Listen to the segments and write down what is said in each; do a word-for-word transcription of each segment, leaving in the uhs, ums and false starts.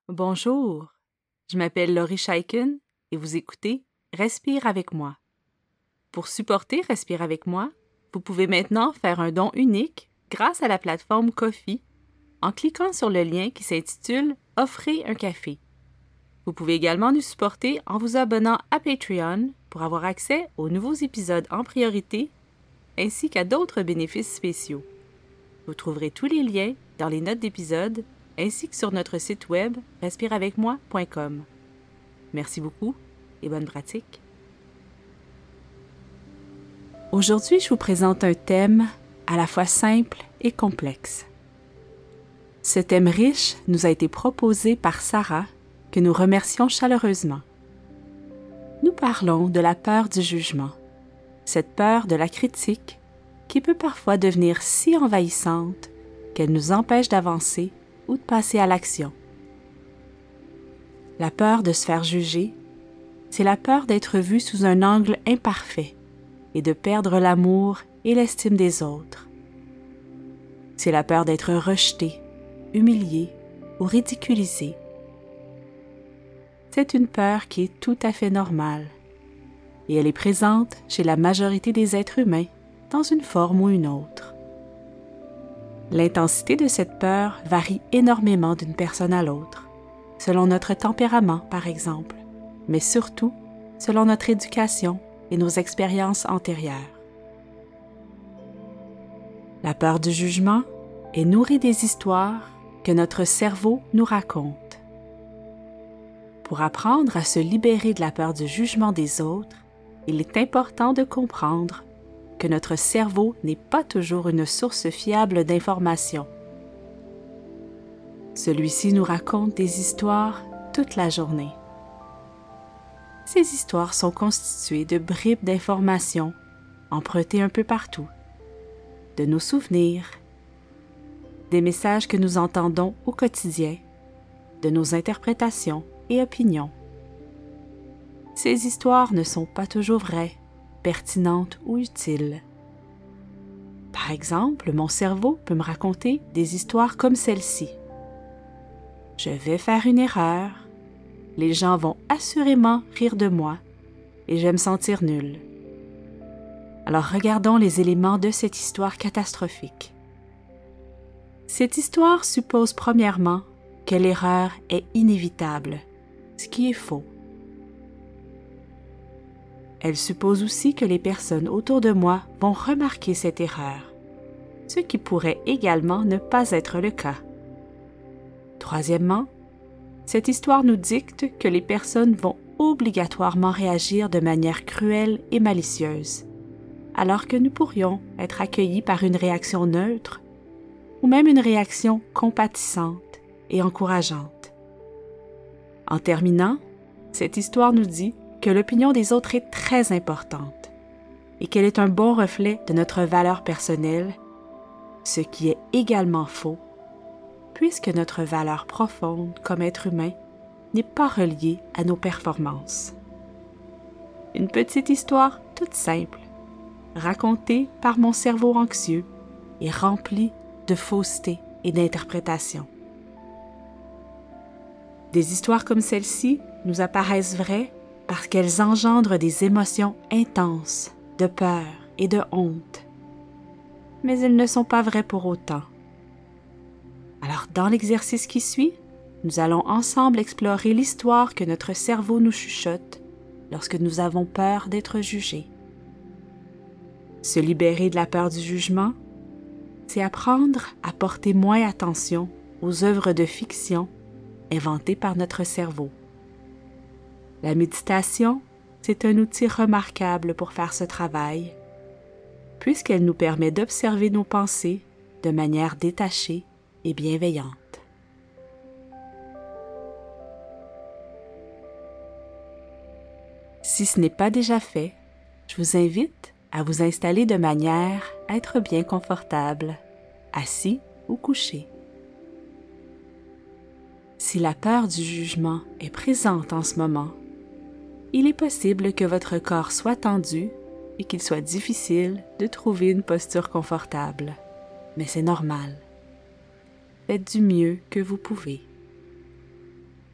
Bonjour, je m'appelle Laurie Scheiken et vous écoutez Respire avec moi. Pour supporter Respire avec moi, vous pouvez maintenant faire un don unique grâce à la plateforme Ko-fi en cliquant sur le lien qui s'intitule « Offrez un café ». Vous pouvez également nous supporter en vous abonnant à Patreon pour avoir accès aux nouveaux épisodes en priorité ainsi qu'à d'autres bénéfices spéciaux. Vous trouverez tous les liens dans les notes d'épisode ainsi que sur notre site web respire avec moi point com. Merci beaucoup et bonne pratique. Aujourd'hui, je vous présente un thème à la fois simple et complexe. Ce thème riche nous a été proposé par Sarah, que nous remercions chaleureusement. Nous parlons de la peur du jugement, cette peur de la critique qui peut parfois devenir si envahissante qu'elle nous empêche d'avancer ou de passer à l'action. La peur de se faire juger, c'est la peur d'être vu sous un angle imparfait et de perdre l'amour et l'estime des autres. C'est la peur d'être rejeté, humilié ou ridiculisé. C'est une peur qui est tout à fait normale et elle est présente chez la majorité des êtres humains dans une forme ou une autre. L'intensité de cette peur varie énormément d'une personne à l'autre, selon notre tempérament par exemple, mais surtout selon notre éducation et nos expériences antérieures. La peur du jugement est nourrie des histoires que notre cerveau nous raconte. Pour apprendre à se libérer de la peur du jugement des autres, il est important de comprendre que notre cerveau n'est pas toujours une source fiable d'informations. Celui-ci nous raconte des histoires toute la journée. Ces histoires sont constituées de bribes d'informations empruntées un peu partout, de nos souvenirs, des messages que nous entendons au quotidien, de nos interprétations et opinions. Ces histoires ne sont pas toujours vraies, pertinentes ou utiles. Par exemple, mon cerveau peut me raconter des histoires comme celle-ci. Je vais faire une erreur, les gens vont assurément rire de moi et je vais me sentir nulle. Alors regardons les éléments de cette histoire catastrophique. Cette histoire suppose premièrement que l'erreur est inévitable, ce qui est faux. Elle suppose aussi que les personnes autour de moi vont remarquer cette erreur, ce qui pourrait également ne pas être le cas. Troisièmement, cette histoire nous dicte que les personnes vont obligatoirement réagir de manière cruelle et malicieuse, alors que nous pourrions être accueillis par une réaction neutre ou même une réaction compatissante et encourageante. En terminant, cette histoire nous dit que l'opinion des autres est très importante et qu'elle est un bon reflet de notre valeur personnelle, ce qui est également faux, puisque notre valeur profonde comme être humain n'est pas reliée à nos performances. Une petite histoire toute simple, racontée par mon cerveau anxieux et remplie de fausseté et d'interprétation. Des histoires comme celle-ci nous apparaissent vraies parce qu'elles engendrent des émotions intenses, de peur et de honte. Mais elles ne sont pas vraies pour autant. Alors, dans l'exercice qui suit, nous allons ensemble explorer l'histoire que notre cerveau nous chuchote lorsque nous avons peur d'être jugés. Se libérer de la peur du jugement, c'est apprendre à porter moins attention aux œuvres de fiction inventées par notre cerveau. La méditation, c'est un outil remarquable pour faire ce travail, puisqu'elle nous permet d'observer nos pensées de manière détachée et bienveillante. Si ce n'est pas déjà fait, je vous invite à vous installer de manière à être bien confortable, assis ou couché. Si la peur du jugement est présente en ce moment, il est possible que votre corps soit tendu et qu'il soit difficile de trouver une posture confortable. Mais c'est normal. Faites du mieux que vous pouvez.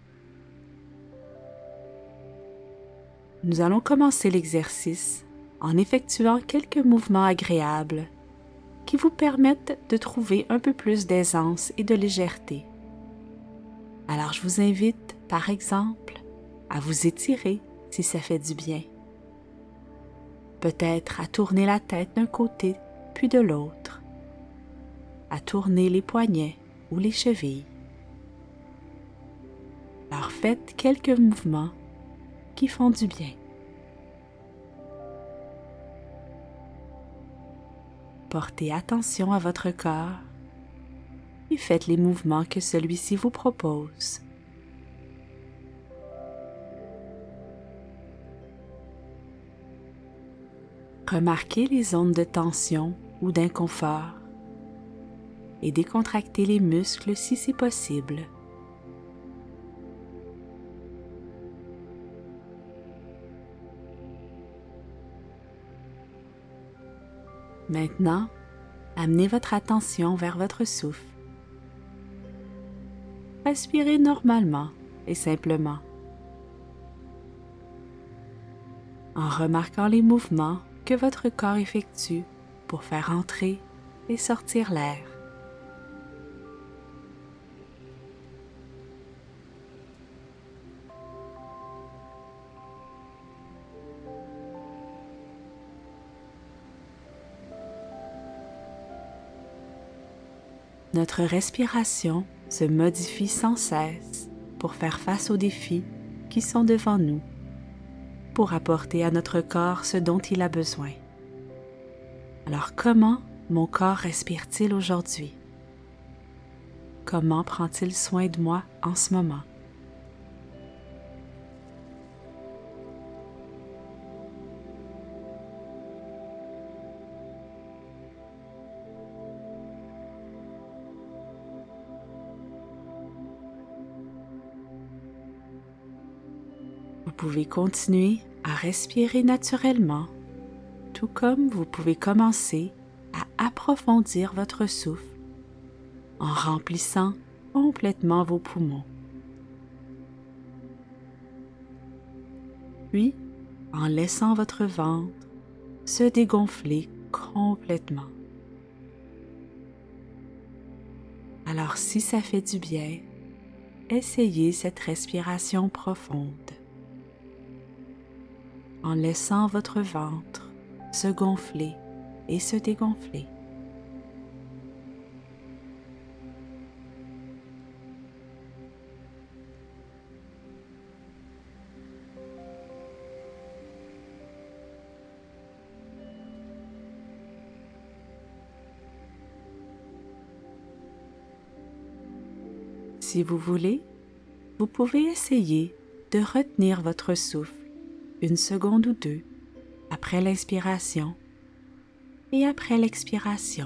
Nous allons commencer l'exercice en effectuant quelques mouvements agréables qui vous permettent de trouver un peu plus d'aisance et de légèreté. Alors je vous invite, par exemple, à vous étirer si ça fait du bien. Peut-être à tourner la tête d'un côté puis de l'autre, à tourner les poignets ou les chevilles. Alors faites quelques mouvements qui font du bien. Portez attention à votre corps et faites les mouvements que celui-ci vous propose. Remarquez les zones de tension ou d'inconfort et décontractez les muscles si c'est possible. Maintenant, amenez votre attention vers votre souffle. Respirez normalement et simplement, en remarquant les mouvements que votre corps effectue pour faire entrer et sortir l'air. Notre respiration se modifie sans cesse pour faire face aux défis qui sont devant nous, pour apporter à notre corps ce dont il a besoin. Alors comment mon corps respire-t-il aujourd'hui? Comment prend-il soin de moi en ce moment? Vous pouvez continuer à respirer naturellement, tout comme vous pouvez commencer à approfondir votre souffle en remplissant complètement vos poumons. Puis, en laissant votre ventre se dégonfler complètement. Alors si ça fait du bien, essayez cette respiration profonde, en laissant votre ventre se gonfler et se dégonfler. Si vous voulez, vous pouvez essayer de retenir votre souffle une seconde ou deux après l'inspiration et après l'expiration.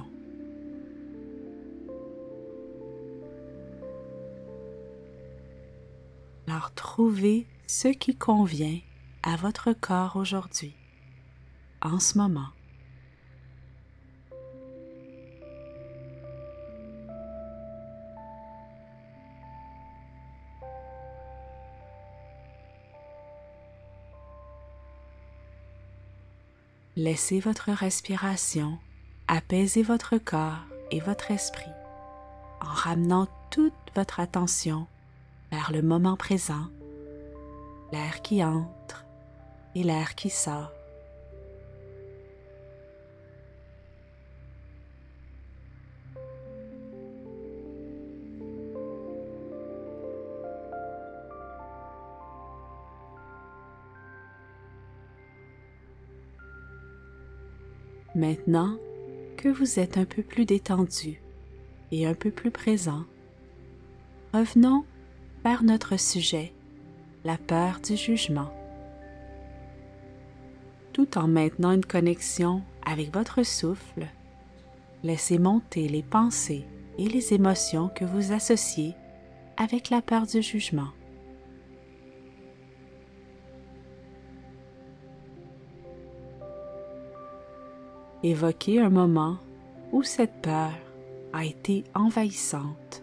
Alors trouvez ce qui convient à votre corps aujourd'hui, en ce moment. Laissez votre respiration apaiser votre corps et votre esprit en ramenant toute votre attention vers le moment présent, l'air qui entre et l'air qui sort. Maintenant que vous êtes un peu plus détendu et un peu plus présent, revenons vers notre sujet, la peur du jugement. Tout en maintenant une connexion avec votre souffle, laissez monter les pensées et les émotions que vous associez avec la peur du jugement. Évoquez un moment où cette peur a été envahissante.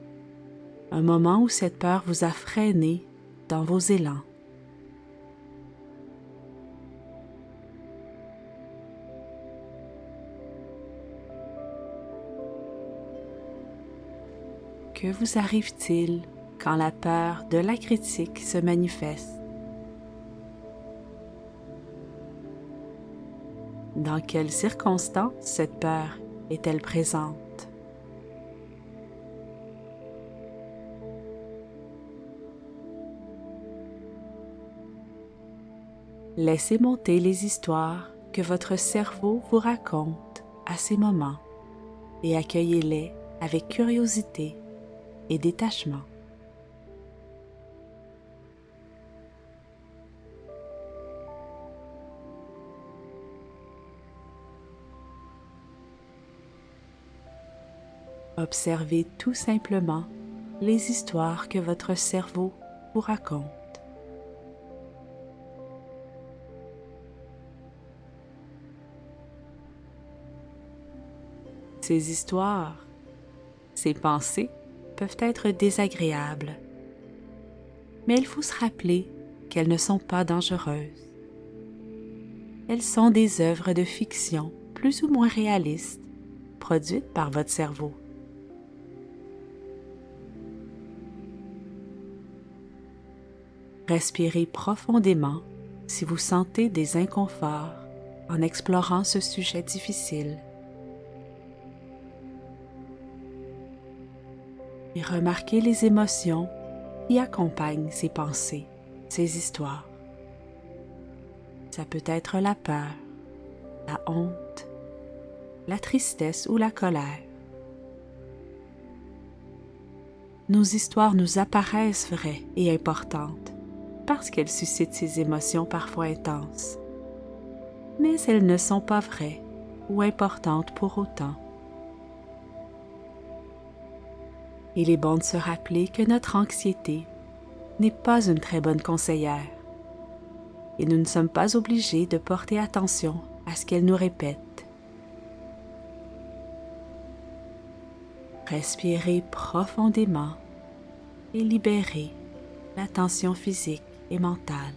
Un moment où cette peur vous a freiné dans vos élans. Que vous arrive-t-il quand la peur de la critique se manifeste? Dans quelles circonstances cette peur est-elle présente? Laissez monter les histoires que votre cerveau vous raconte à ces moments et accueillez-les avec curiosité et détachement. Observez tout simplement les histoires que votre cerveau vous raconte. Ces histoires, ces pensées peuvent être désagréables, mais il faut se rappeler qu'elles ne sont pas dangereuses. Elles sont des œuvres de fiction plus ou moins réalistes, produites par votre cerveau. Respirez profondément si vous sentez des inconforts en explorant ce sujet difficile. Et remarquez les émotions qui accompagnent ces pensées, ces histoires. Ça peut être la peur, la honte, la tristesse ou la colère. Nos histoires nous apparaissent vraies et importantes parce qu'elles suscitent ces émotions parfois intenses. Mais elles ne sont pas vraies ou importantes pour autant. Il est bon de se rappeler que notre anxiété n'est pas une très bonne conseillère et nous ne sommes pas obligés de porter attention à ce qu'elle nous répète. Respirez profondément et libérez la tension physique et mentale.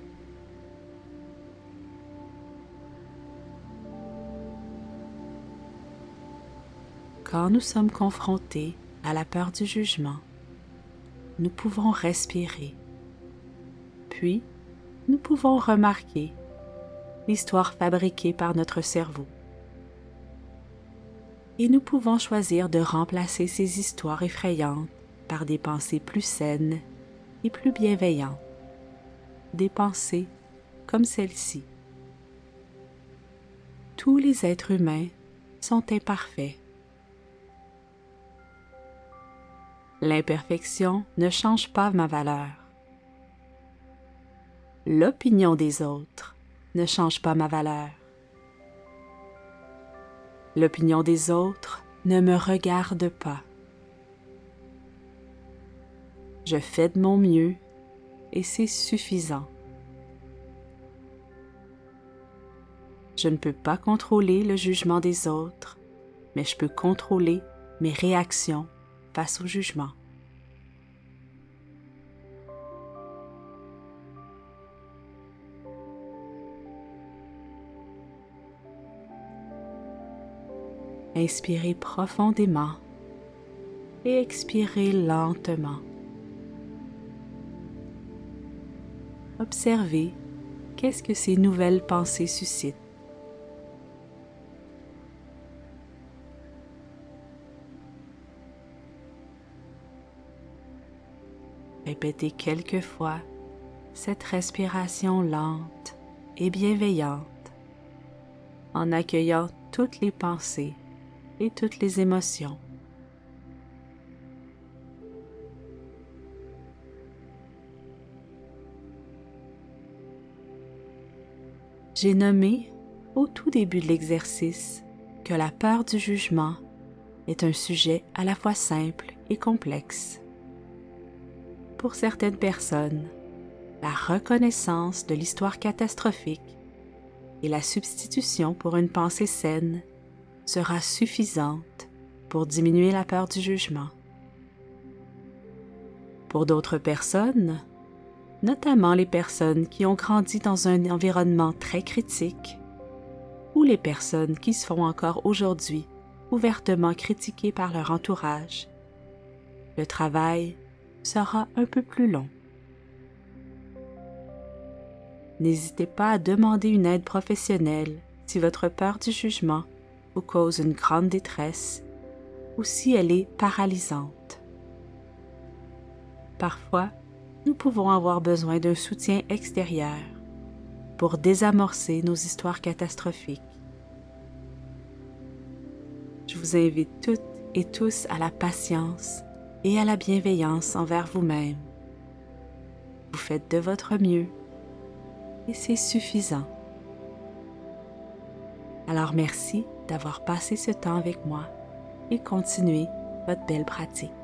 Quand nous sommes confrontés à la peur du jugement, nous pouvons respirer, puis nous pouvons remarquer l'histoire fabriquée par notre cerveau. Et nous pouvons choisir de remplacer ces histoires effrayantes par des pensées plus saines et plus bienveillantes, des pensées comme celle-ci. Tous les êtres humains sont imparfaits. L'imperfection ne change pas ma valeur. L'opinion des autres ne change pas ma valeur. L'opinion des autres ne me regarde pas. Je fais de mon mieux et c'est suffisant. Je ne peux pas contrôler le jugement des autres, mais je peux contrôler mes réactions face au jugement. Inspirez profondément et expirez lentement. Observez qu'est-ce que ces nouvelles pensées suscitent. Répétez quelques fois cette respiration lente et bienveillante en accueillant toutes les pensées et toutes les émotions. J'ai nommé au tout début de l'exercice que la peur du jugement est un sujet à la fois simple et complexe. Pour certaines personnes, la reconnaissance de l'histoire catastrophique et la substitution pour une pensée saine sera suffisante pour diminuer la peur du jugement. Pour d'autres personnes, notamment les personnes qui ont grandi dans un environnement très critique ou les personnes qui se font encore aujourd'hui ouvertement critiquer par leur entourage, le travail sera un peu plus long. N'hésitez pas à demander une aide professionnelle si votre peur du jugement vous cause une grande détresse ou si elle est paralysante. Parfois, nous pouvons avoir besoin d'un soutien extérieur pour désamorcer nos histoires catastrophiques. Je vous invite toutes et tous à la patience et à la bienveillance envers vous-même. Vous faites de votre mieux et c'est suffisant. Alors merci d'avoir passé ce temps avec moi et continuez votre belle pratique.